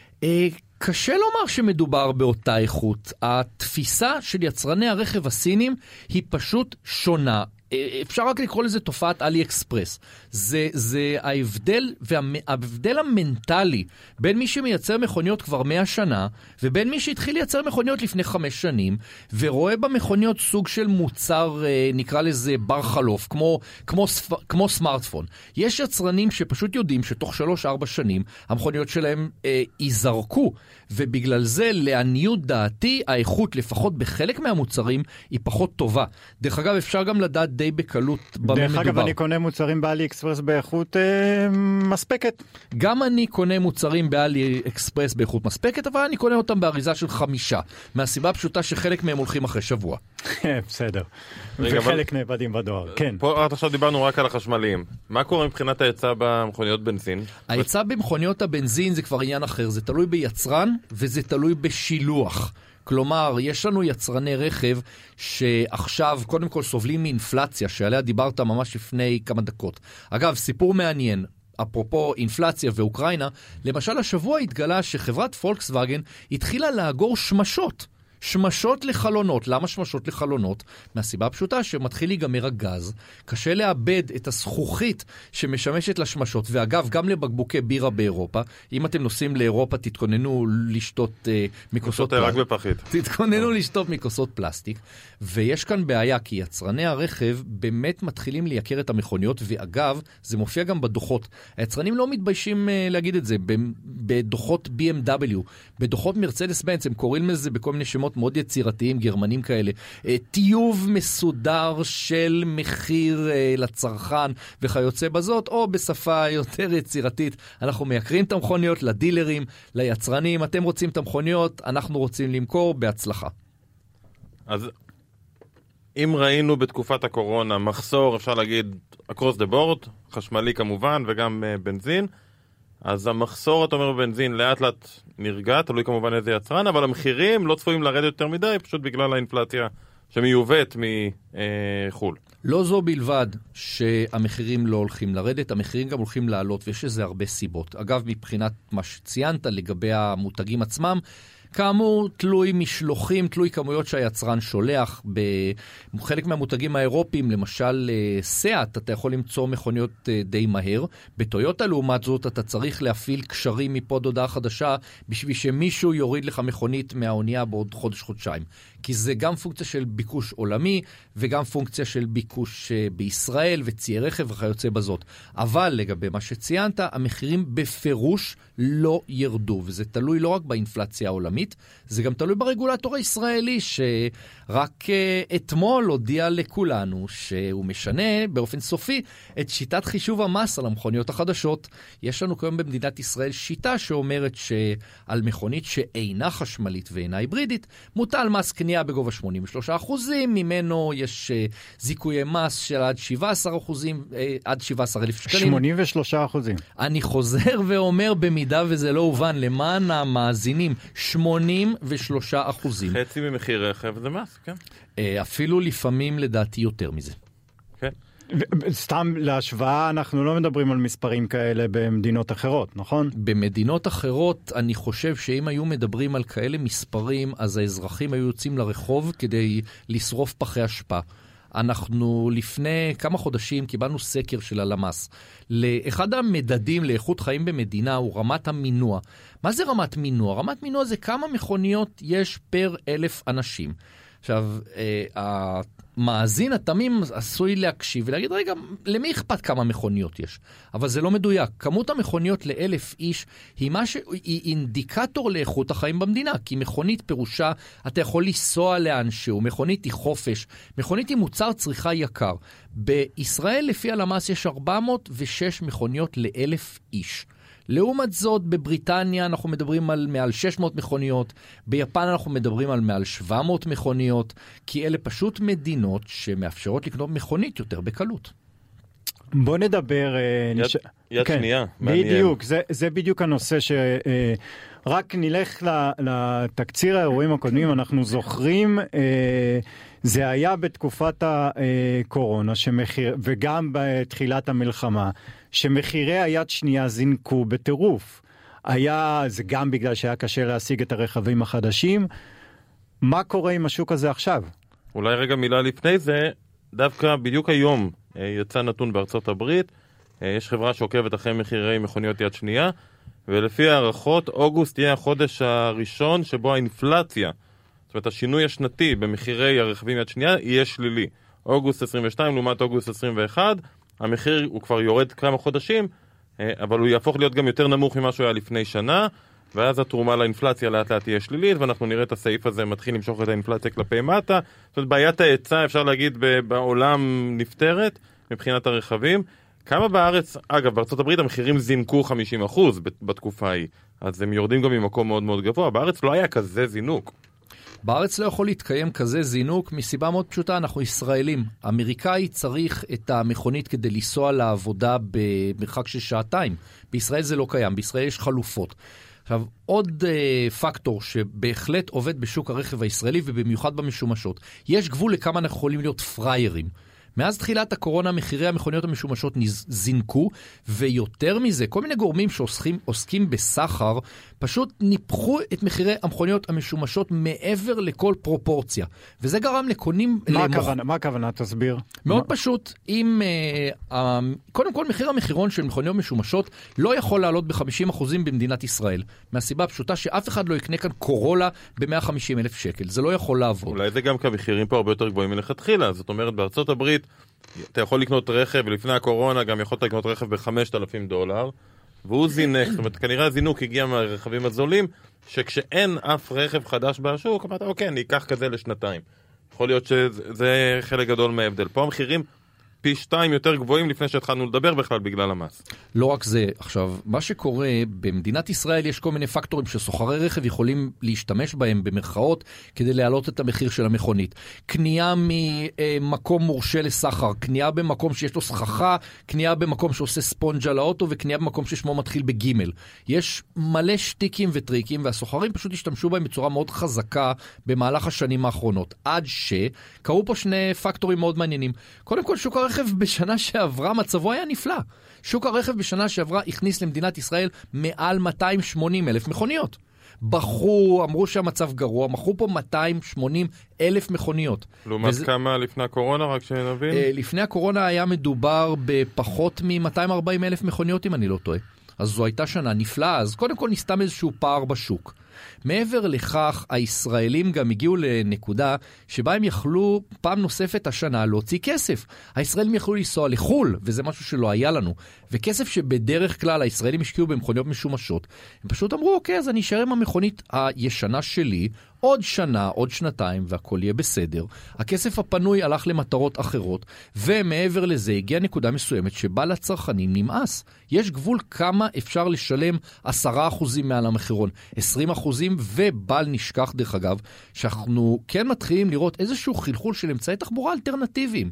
קשה לומר שמדובר באותה איכות. התפיסה של יצרני הרכב הסינים היא פשוט שונה. אפשר רק לקרוא לזה תופעת אלי אקספרס. זה, זה ההבדל, וההבדל המנטלי בין מי שמייצר מכוניות כבר מאה שנה, ובין מי שהתחיל לייצר מכוניות לפני חמש שנים, ורואה במכוניות סוג של מוצר, נקרא לזה בר חלוף, כמו, כמו, כמו סמארטפון. יש יצרנים שפשוט יודעים שתוך שלוש ארבע שנים המכוניות שלהם אה, ייזרקו, ובגלל זה לעניות דעתי האיכות לפחות בחלק מהמוצרים היא פחות טובה. דרך אגב אפשר גם לדעת די בקלות במה מדובר. דרך אגב אני קונה מוצרים באלי אקספרס באיכות אה, מספקת. גם אני קונה מוצרים באלי אקספרס באיכות מספקת, אבל אני קונה אותם באריזה של חמישה, מהסיבה הפשוטה שחלק מהם הולכים אחרי שבוע. בסדר. וחלק נאבדים בדואר, כן. פה עד עכשיו דיברנו רק על החשמליים. מה קורה מבחינת ההיצע במכוניות בנזין? ההיצע במכוניות הבנזין זה כבר עניין אחר, זה תלוי ביצרן וזה תלוי בשילוח. כלומר, יש לנו יצרני רכב שעכשיו קודם כל סובלים מאינפלציה, שעליה דיברת ממש לפני כמה דקות. אגב, סיפור מעניין, אפרופו אינפלציה ואוקראינה, למשל השבוע התגלה שחברת פולקסווגן התחילה לאגור שמשות. שמשות לחלונות. למה שמשות לחלונות? מהסיבה הפשוטה שמתחיל להיגמר הגז, קשה לאבד את הזכוכית שמשמשת לשמשות, ואגב, גם לבקבוקי בירה באירופה, אם אתם נוסעים לאירופה, תתכוננו לשתות אה, מכוסות פלסטיק. רק בפחית. תתכוננו לשתות מכוסות פלסטיק, ויש כאן בעיה, כי יצרני הרכב באמת מתחילים לייקר את המכוניות, ואגב, זה מופיע גם בדוחות. היצרנים לא מתביישים אה, להגיד את זה, בדוחות בי אם דאבליו, בדוחות מרצדס בנץ, הם קוראים לזה בכל מיני שמות מאוד יצירתיים, גרמנים כאלה, טיוב מסודר של מחיר לצרכן וכיוצא בזאת, או בשפה יותר יצירתית, אנחנו מייקרים את המכוניות לדילרים, ליצרנים, אתם רוצים את המכוניות, אנחנו רוצים למכור בהצלחה. אז אם ראינו בתקופת הקורונה מחסור, אפשר להגיד across the board, חשמלי כמובן וגם בנזין, אז המחסור, אתה אומר, בבנזין לאט לאט נרגע, תלוי כמובן איזה יצרן, אבל המחירים לא צפויים לרדת יותר מדי, פשוט בגלל האינפלציה שמיובאת מחול. לא זו בלבד שהמחירים לא הולכים לרדת, המחירים גם הולכים לעלות, ויש איזה הרבה סיבות. אגב, מבחינת מה שציינת לגבי המותגים עצמם, כאמור, תלוי משלוחים, תלוי כמויות שהיצרן שולח. בחלק מהמותגים האירופיים, למשל סאט, אתה יכול למצוא מכוניות די מהר. בטויוטה, לעומת זאת, אתה צריך להפעיל קשרים מפה דודה חדשה, בשביל שמישהו יוריד לך מכונית מהאונייה בעוד חודש-חודשיים. כי זה גם פונקציה של ביקוש עולמי, וגם פונקציה של ביקוש בישראל, וציי רכב וכיוצא בזאת. אבל לגבי מה שציינת, המחירים בפירוש לא ירדו, וזה תלוי לא רק באינפלציה העולמית, זה גם תלוי ברגולטור הישראלי, שרק אתמול הודיע לכולנו שהוא משנה באופן סופי את שיטת חישוב המס על המכוניות החדשות. יש לנו כיום במדינת ישראל שיטה שאומרת שעל מכונית שאינה חשמלית ואינה היברידית, מוטל מס קנייה בגובה שמונים ושלושה אחוזים, ממנו יש זיכויי מס של עד שבעה עשר אחוזים, עד שבעה עשר אלף שקלים. שמונים ושלושה אחוזים. אני חוזר ואומר במידה וזה לא הובן, למען המאזינים, שמונים ושלושה אחוזים. חצי ממחיר רכב זה מס, כן? אפילו לפעמים לדעתי יותר מזה. כן. סתם להשוואה, אנחנו לא מדברים על מספרים כאלה במדינות אחרות, נכון? במדינות אחרות, אני חושב שאם היו מדברים על כאלה מספרים, אז האזרחים היו יוצאים לרחוב כדי לשרוף פחי אשפה. אנחנו לפני כמה חודשים קיבלנו סקר של הלמ"ס. לאחד המדדים לאיכות חיים במדינה הוא רמת המינוע. מה זה רמת מינוע? רמת מינוע זה כמה מכוניות יש פר אלף אנשים. עכשיו, המאזין התמים עשוי להקשיב ולהגיד, רגע, למי אכפת כמה מכוניות יש? אבל זה לא מדויק. כמות המכוניות לאלף איש היא, ש... היא אינדיקטור לאיכות החיים במדינה, כי מכונית פירושה, אתה יכול לנסוע לאנשהו, מכונית היא חופש, מכונית היא מוצר צריכה יקר. בישראל, לפי הלמ"ס, יש ארבע מאות ושש מכוניות לאלף איש. לעומת זאת, בבריטניה אנחנו מדברים על מעל שש מאות מכוניות, ביפן אנחנו מדברים על מעל שבע מאות מכוניות, כי אלה פשוט מדינות שמאפשרות לקנות מכונית יותר בקלות. בוא נדבר... יד, נש... יד כן, שנייה. בדיוק, זה, זה בדיוק הנושא ש... רק נלך לתקציר האירועים הקודמים, אנחנו זוכרים, זה היה בתקופת הקורונה, שמחיר, וגם בתחילת המלחמה, שמחירי היד שנייה זינקו בטירוף. היה, זה גם בגלל שהיה קשה להשיג את הרכבים החדשים. מה קורה עם השוק הזה עכשיו? אולי רגע מילה לפני זה, דווקא בדיוק היום יצא נתון בארצות הברית, יש חברה שעוקבת אחרי מחירי מכוניות יד שנייה, ולפי הערכות, אוגוסט יהיה החודש הראשון שבו האינפלציה, זאת אומרת, השינוי השנתי במחירי הרכבים יד שנייה יהיה שלילי. אוגוסט עשרים ושתיים לעומת אוגוסט עשרים ואחת, המחיר הוא כבר יורד כמה חודשים, אבל הוא יהפוך להיות גם יותר נמוך ממה שהוא היה לפני שנה, ואז התרומה לאינפלציה לאט לאט תהיה שלילית, ואנחנו נראה את הסעיף הזה מתחיל למשוך את האינפלציה כלפי מטה. זאת אומרת, בעיית ההיצע, אפשר להגיד, בעולם נפתרת מבחינת הרכבים. כמה בארץ, אגב, בארצות הברית המחירים זינקו חמישים אחוז בתקופה ההיא, אז הם יורדים גם ממקום מאוד מאוד גבוה. בארץ לא היה כזה זינוק. בארץ לא יכול להתקיים כזה זינוק מסיבה מאוד פשוטה, אנחנו ישראלים. אמריקאי צריך את המכונית כדי לנסוע לעבודה במרחק של שעתיים. בישראל זה לא קיים, בישראל יש חלופות. עכשיו, עוד אה, פקטור שבהחלט עובד בשוק הרכב הישראלי ובמיוחד במשומשות. יש גבול לכמה אנחנו יכולים להיות פריירים. מאז תחילת הקורונה מחירי המכוניות המשומשות זינקו, ויותר מזה, כל מיני גורמים שעוסקים עוסקים בסחר, פשוט ניפחו את מחירי המכוניות המשומשות מעבר לכל פרופורציה. וזה גרם לקונים... מה למוח... הכוונה? מה הכוונה? תסביר. מאוד מה... פשוט, אם... Uh, uh, קודם כל, מחיר המחירון של מכוניות משומשות לא יכול לעלות ב-חמישים אחוז במדינת ישראל. מהסיבה הפשוטה שאף אחד לא יקנה כאן קורולה ב-מאה וחמישים אלף שקל. זה לא יכול לעבוד. אולי זה גם כי המחירים פה הרבה יותר גבוהים מלכתחילה. זאת אומרת, בארצות הברית אתה יכול לקנות רכב, ולפני הקורונה גם יכולת לקנות רכב ב-חמשת אלפים דולר, והוא זינק, זאת אומרת, כנראה הזינוק הגיע מהרכבים הזולים, שכשאין אף רכב חדש בשוק, אמרת, אוקיי, אני אקח כזה לשנתיים. יכול להיות שזה חלק גדול מההבדל. פה המחירים פי שתיים יותר גבוהים לפני שהתחלנו לדבר בכלל בגלל המס. לא רק זה, עכשיו, מה שקורה, במדינת ישראל יש כל מיני פקטורים שסוחרי רכב יכולים להשתמש בהם במרכאות כדי להעלות את המחיר של המכונית. קנייה ממקום מורשה לסחר, קנייה במקום שיש לו סככה, קנייה במקום שעושה ספונג' על האוטו, וקנייה במקום ששמו מתחיל בגימל. יש מלא שטיקים וטריקים, והסוחרים פשוט השתמשו בהם בצורה מאוד חזקה במהלך השנים האחרונות, עד שקרו פה שני פקטורים מאוד מעניינים. קודם כל, שוק הרכב בשנה שעברה מצבו היה נפלא. שוק הרכב בשנה שעברה הכניס למדינת ישראל מעל מאתיים ושמונים אלף מכוניות. בחרו, אמרו שהמצב גרוע, מכרו פה מאתיים ושמונים אלף מכוניות. לעומת וזה... כמה לפני הקורונה, רק שנבין? לפני הקורונה היה מדובר בפחות מ-מאתיים וארבעים אלף מכוניות, אם אני לא טועה. אז זו הייתה שנה נפלאה, אז קודם כל נסתם איזשהו פער בשוק. מעבר לכך, הישראלים גם הגיעו לנקודה שבה הם יכלו פעם נוספת השנה להוציא כסף. הישראלים יכלו לנסוע לחול, וזה משהו שלא היה לנו. וכסף שבדרך כלל הישראלים השקיעו במכוניות משומשות. הם פשוט אמרו, אוקיי, אז אני אשאר עם המכונית הישנה שלי, עוד שנה, עוד שנתיים, והכל יהיה בסדר. הכסף הפנוי הלך למטרות אחרות, ומעבר לזה הגיעה נקודה מסוימת שבה לצרכנים נמאס. יש גבול כמה אפשר לשלם עשרה אחוזים מעל המחירון, עשרים אחוזים, ובל נשכח דרך אגב, שאנחנו כן מתחילים לראות איזשהו חלחול של אמצעי תחבורה אלטרנטיביים.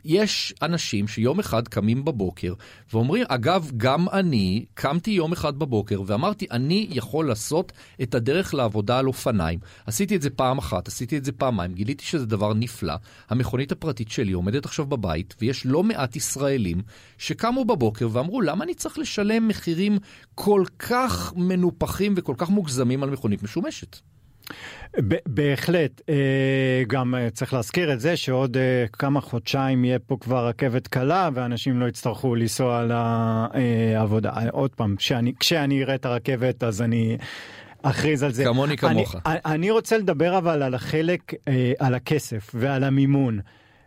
יש אנשים שיום אחד קמים בבוקר ואומרים, אגב, גם אני קמתי יום אחד בבוקר ואמרתי, אני יכול לעשות את הדרך לעבודה על אופניים. עשיתי את זה פעם אחת, עשיתי את זה פעמיים, גיליתי שזה דבר נפלא. המכונית הפרטית שלי עומדת עכשיו בבית, ויש לא מעט ישראלים שקמו בבוקר ואמרו, למה אני צריך לשלם מחירים כל כך מנופחים וכל כך מוגזמים על מכונית משומשת? בהחלט, גם צריך להזכיר את זה שעוד כמה חודשיים יהיה פה כבר רכבת קלה ואנשים לא יצטרכו לנסוע לעבודה. עוד פעם, כשאני, כשאני אראה את הרכבת אז אני אכריז על זה. כמוני כמוך. אני, אני רוצה לדבר אבל על החלק, על הכסף ועל המימון.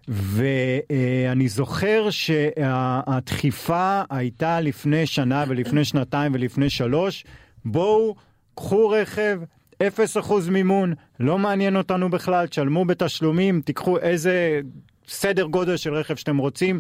ואני זוכר שהדחיפה הייתה לפני שנה ולפני שנתיים ולפני שלוש, בואו, קחו רכב, אפס אחוז מימון, לא מעניין אותנו בכלל, תשלמו בתשלומים, תיקחו איזה סדר גודל של רכב שאתם רוצים,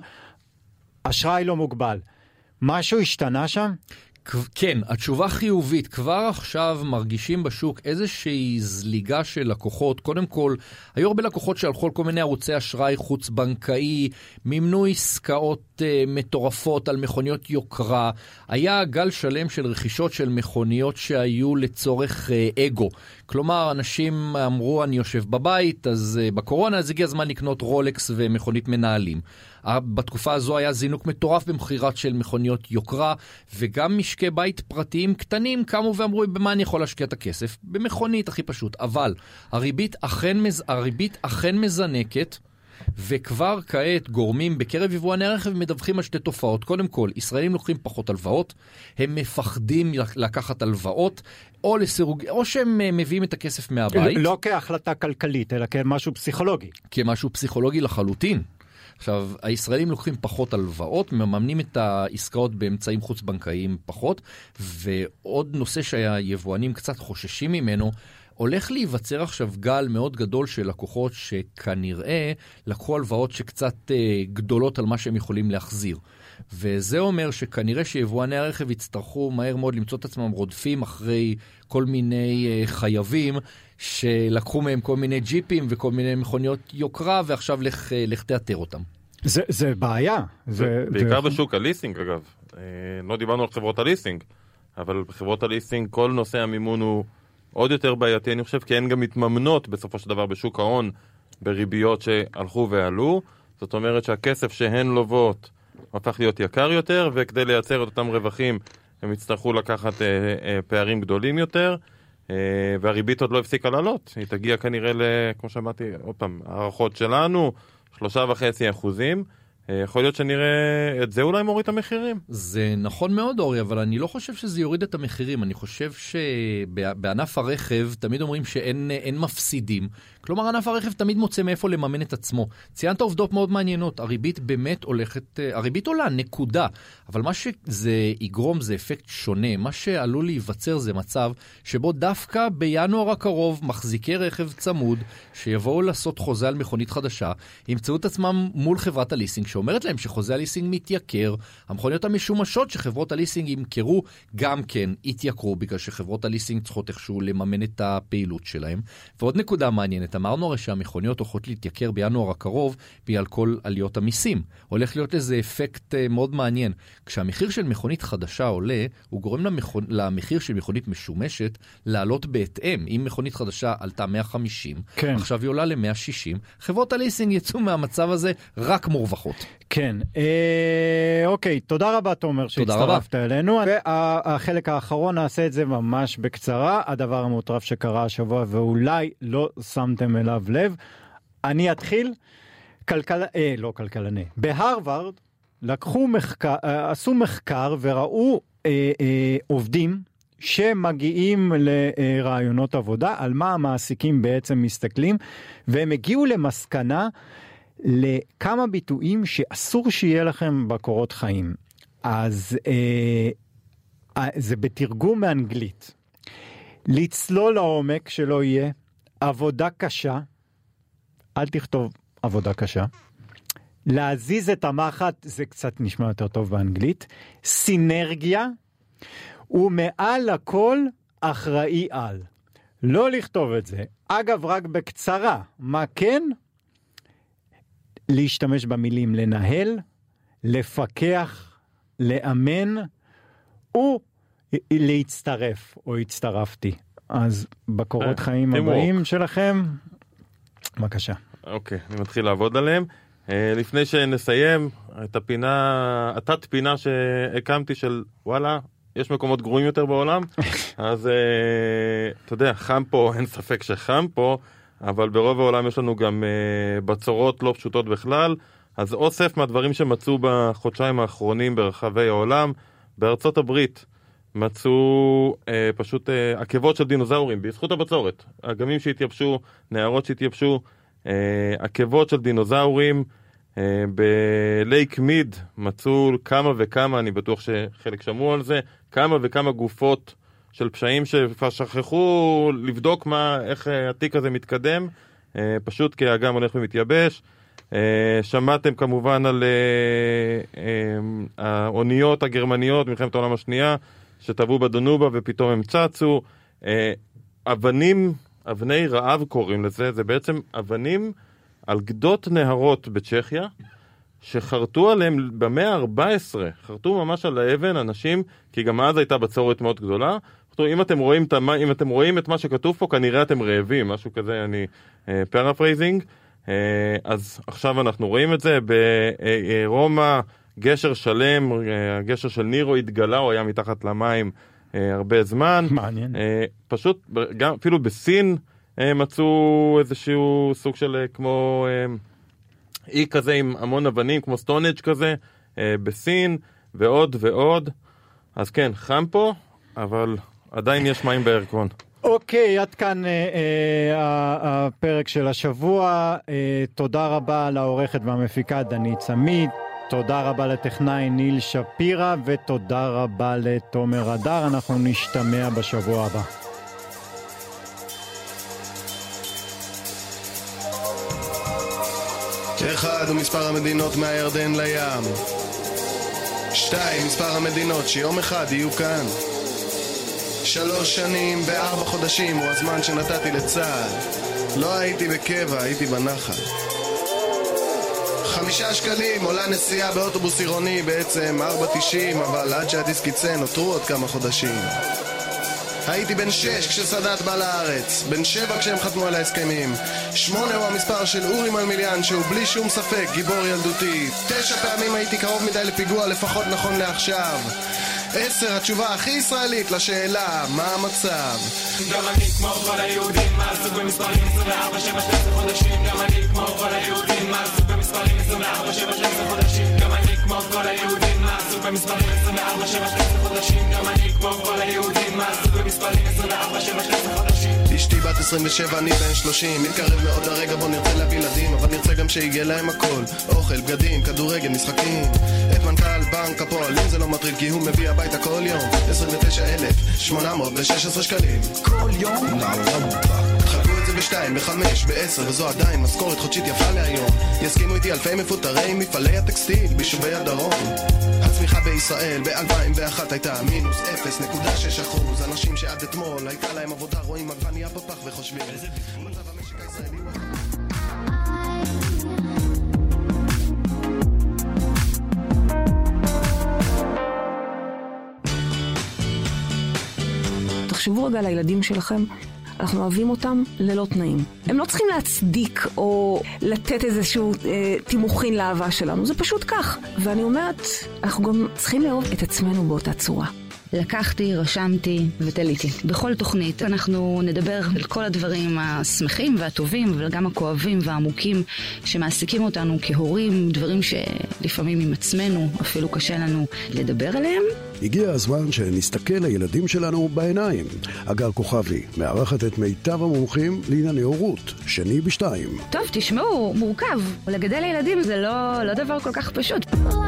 אשראי לא מוגבל. משהו השתנה שם? כן, התשובה חיובית. כבר עכשיו מרגישים בשוק איזושהי זליגה של לקוחות. קודם כל, היו הרבה לקוחות שהלכו על כל מיני ערוצי אשראי חוץ-בנקאי, מימנו עסקאות uh, מטורפות על מכוניות יוקרה. היה גל שלם של רכישות של מכוניות שהיו לצורך uh, אגו. כלומר, אנשים אמרו, אני יושב בבית, אז uh, בקורונה אז הגיע הזמן לקנות רולקס ומכונית מנהלים. בתקופה הזו היה זינוק מטורף במחירת של מכוניות יוקרה, וגם משקי בית פרטיים קטנים קמו ואמרו, במה אני יכול להשקיע את הכסף? במכונית, הכי פשוט. אבל הריבית אכן, מז... הריבית אכן מזנקת, וכבר כעת גורמים בקרב יבואני הרכב מדווחים על שתי תופעות. קודם כל, ישראלים לוקחים פחות הלוואות, הם מפחדים לקחת הלוואות, או, לסירוג... או שהם מביאים את הכסף מהבית. לא כהחלטה כלכלית, אלא כמשהו פסיכולוגי. כמשהו פסיכולוגי לחלוטין. עכשיו, הישראלים לוקחים פחות הלוואות, מממנים את העסקאות באמצעים חוץ-בנקאיים פחות, ועוד נושא שהיבואנים קצת חוששים ממנו, הולך להיווצר עכשיו גל מאוד גדול של לקוחות שכנראה לקחו הלוואות שקצת אה, גדולות על מה שהם יכולים להחזיר. וזה אומר שכנראה שיבואני הרכב יצטרכו מהר מאוד למצוא את עצמם רודפים אחרי כל מיני אה, חייבים, שלקחו מהם כל מיני ג'יפים וכל מיני מכוניות יוקרה, ועכשיו לך, לך תאתר אותם. זה, זה בעיה. זה, בעיקר זה... בשוק הליסינג, אגב. לא דיברנו על חברות הליסינג, אבל בחברות הליסינג כל נושא המימון הוא עוד יותר בעייתי, אני חושב, כי הן גם מתממנות בסופו של דבר בשוק ההון, בריביות שהלכו ועלו. זאת אומרת שהכסף שהן לוות הפך להיות יקר יותר, וכדי לייצר את אותם רווחים, הם יצטרכו לקחת אה, אה, פערים גדולים יותר, והריבית עוד לא הפסיקה לעלות. היא תגיע כנראה, כמו שאמרתי, עוד פעם, הערכות שלנו, שלושה וחצי אחוזים. יכול להיות שנראה את זה אולי מוריד את המחירים. זה נכון מאוד, אורי, אבל אני לא חושב שזה יוריד את המחירים. אני חושב שבענף הרכב תמיד אומרים שאין אין מפסידים. כלומר, ענף הרכב תמיד מוצא מאיפה לממן את עצמו. ציינת עובדות מאוד מעניינות. הריבית באמת הולכת, הריבית עולה, נקודה. אבל מה שזה יגרום זה אפקט שונה. מה שעלול להיווצר זה מצב שבו דווקא בינואר הקרוב מחזיקי רכב צמוד, שיבואו לעשות חוזה על מכונית חדשה, ימצאו את עצמם מול חברת הליסינג, שאומרת להם שחוזה הליסינג מתייקר. המכוניות המשומשות שחברות הליסינג ימכרו גם כן התייקרו, בגלל שחברות הליסינג צריכות איכשהו לממן את הפעילות שלהם. ועוד נקודה מעניינת, אמרנו הרי שהמכוניות הולכות להתייקר בינואר הקרוב בגלל כל עליות המיסים. הולך להיות איזה אפקט מאוד מעניין. כשהמחיר של מכונית חדשה עולה, הוא גורם למכונ... למחיר של מכונית משומשת לעלות בהתאם. אם מכונית חדשה עלתה מאה וחמישים, כן. עכשיו היא עולה ל-מאה ושישים, חברות הליסינג יצאו מהמצב הזה רק מורווחות. כן. אה, אוקיי, תודה רבה תומר שהצטרפת אלינו. והחלק האחרון נעשה את זה ממש בקצרה. הדבר המוטרף שקרה השבוע ואולי לא שמתם אליו לב. אני אתחיל. כלכל... אה, לא כלכלני. בהרווארד לקחו מחקר, עשו מחקר וראו אה, אה, עובדים שמגיעים לרעיונות עבודה, על מה המעסיקים בעצם מסתכלים, והם הגיעו למסקנה לכמה ביטויים שאסור שיהיה לכם בקורות חיים. אז אה, זה בתרגום מאנגלית. לצלול לעומק שלא יהיה, עבודה קשה, אל תכתוב עבודה קשה, להזיז את המחט, זה קצת נשמע יותר טוב באנגלית, סינרגיה, ומעל הכל אחראי על. לא לכתוב את זה. אגב, רק בקצרה, מה כן? להשתמש במילים לנהל, לפקח, לאמן, ולהצטרף, או הצטרפתי. אז בקורות חיים הבאים שלכם, בבקשה. אוקיי, אני מתחיל לעבוד עליהם. לפני שנסיים, את הפינה, התת פינה שהקמתי של וואלה, יש מקומות גרועים יותר בעולם, אז אתה יודע, חם פה, אין ספק שחם פה, אבל ברוב העולם יש לנו גם בצורות לא פשוטות בכלל, אז אוסף מהדברים שמצאו בחודשיים האחרונים ברחבי העולם, בארצות הברית מצאו אה, פשוט אה, עקבות של דינוזאורים, בזכות הבצורת. אגמים שהתייבשו, נערות שהתייבשו, אה, עקבות של דינוזאורים, אה, בלייק מיד מצאו כמה וכמה, אני בטוח שחלק שמעו על זה, כמה וכמה גופות של פשעים שכבר שכחו לבדוק מה, איך התיק הזה מתקדם, אה, פשוט כי האגם הולך ומתייבש. שמעתם כמובן על האוניות הגרמניות מלחמת העולם השנייה שטבעו בדנובה ופתאום הם צצו. אבנים, אבני רעב קוראים לזה, זה בעצם אבנים על גדות נהרות בצ'כיה שחרטו עליהם במאה ה-ארבע עשרה, חרטו ממש על האבן אנשים, כי גם אז הייתה בצורת מאוד גדולה. אם אתם רואים את, אם אתם רואים את מה שכתוב פה, כנראה אתם רעבים, משהו כזה, אני פרפרייזינג. אז עכשיו אנחנו רואים את זה ברומא, גשר שלם, הגשר של נירו התגלה, הוא היה מתחת למים הרבה זמן. מעניין. פשוט, גם אפילו בסין מצאו איזשהו סוג של כמו אי כזה עם המון אבנים, כמו סטונג' כזה, בסין, ועוד ועוד. אז כן, חם פה, אבל עדיין יש מים בירקון. אוקיי, עד כאן אה, אה, הפרק של השבוע. אה, תודה רבה לעורכת והמפיקה דנית סמית, תודה רבה לטכנאי ניל שפירה, ותודה רבה לתומר הדר. אנחנו נשתמע בשבוע הבא. אחד הוא מספר המדינות מהירדן לים. שתיים, מספר המדינות שיום אחד יהיו כאן. שלוש שנים וארבע חודשים הוא הזמן שנתתי לצה"ל. לא הייתי בקבע, הייתי בנחל. חמישה שקלים עולה נסיעה באוטובוס עירוני, בעצם ארבע תשעים, אבל עד שהדיסק יצא נותרו עוד כמה חודשים. הייתי בן שש כשסאדאת בא לארץ, בן שבע כשהם חתמו על ההסכמים. שמונה הוא המספר של אורי מלמיליאן, שהוא בלי שום ספק גיבור ילדותי. תשע פעמים הייתי קרוב מדי לפיגוע, לפחות נכון לעכשיו. עשר, התשובה הכי ישראלית לשאלה, מה המצב? גם אני כמו כל היהודים, מעסוק במספרים עשרים וארבע שבע שש עשרה חודשים. גם אני כמו כל היהודים, מעסוק במספרים עשרים וארבע שבע שש עשרה חודשים. גם אני כמו כל היהודים, מעסוק במספרים עשרים וארבע שבע שש עשרה חודשים. גם אני כמו כל היהודים, מעסוק במספרים עשרים וארבע שבע שש עשרה חודשים. אשתי בת עשרים ושבע, אני בן שלושים, מתקרב מאוד הרגע בו נרצה להביא ילדים, אבל נרצה גם שיגיע להם הכל, אוכל, בגדים, כדורגל, משחקים. את מנכ"ל בנק הפועלים זה לא מטריד, כי הוא מביא הביתה כל יום עשרים ותשעה אלף שמונה מאות ושש עשרה שקלים כל יום. חלקו את זה בשתיים, בחמש, בעשר, וזו עדיין משכורת חודשית יפה להיום. יסכימו איתי אלפי מפוטרי מפעלי הטקסטיל ביישובי הדרום. הצמיחה בישראל ב-אלפיים ואחת הייתה מינוס אפס נקודה שש אחוז. אנשים שעד אתמול הייתה להם עבודה רואים עגבנייה בפח וחושבים מצב המשק הישראלי הוא... תחשבו רגע על הילדים שלכם, אנחנו אוהבים אותם ללא תנאים. הם לא צריכים להצדיק או לתת איזשהו אה, תימוכין לאהבה שלנו, זה פשוט כך. ואני אומרת, אנחנו גם צריכים לאהוב את עצמנו באותה צורה. לקחתי, רשמתי ותליתי. בכל תוכנית אנחנו נדבר על כל הדברים השמחים והטובים וגם הכואבים והעמוקים שמעסיקים אותנו כהורים, דברים שלפעמים עם עצמנו אפילו קשה לנו לדבר עליהם. הגיע הזמן שנסתכל לילדים שלנו בעיניים. אגר כוכבי מארחת את מיטב המומחים לענייני הורות, שני בשתיים. טוב, תשמעו, מורכב. לגדל ילדים זה לא, לא דבר כל כך פשוט.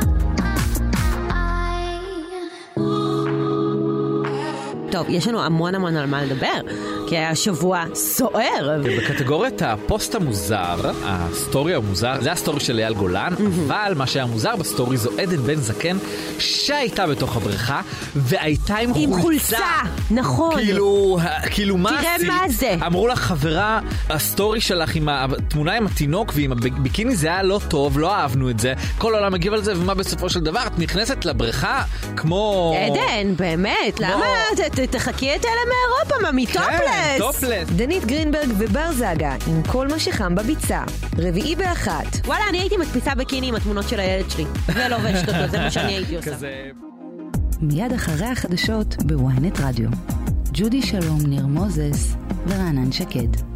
טוב, יש לנו המון המון על מה לדבר, כי היה שבוע סוער. בקטגוריית הפוסט המוזר, הסטורי המוזר, זה הסטורי של אייל גולן, אבל מה שהיה מוזר בסטורי זו עדן בן זקן, שהייתה בתוך הבריכה, והייתה עם חולצה. עם חולצה, נכון. כאילו, כאילו מה תראה עשית? מה זה. אמרו לך, חברה, הסטורי שלך עם התמונה עם התינוק ועם הביקיני זה היה לא טוב, לא אהבנו את זה, כל העולם מגיב על זה, ומה בסופו של דבר? את נכנסת לבריכה כמו... עדן, באמת, למה תחכי את אלה מאירופה, ממי טופלס. טופלס. דנית גרינברג ובר זגה עם כל מה שחם בביצה. רביעי באחת. וואלה, אני הייתי מדפיסה בקיני עם התמונות של הילד שלי ולובשת אותו, זה מה שאני הייתי עושה. מיד אחרי החדשות בוויינט רדיו. ג'ודי שלום, ניר מוזס ורענן שקד.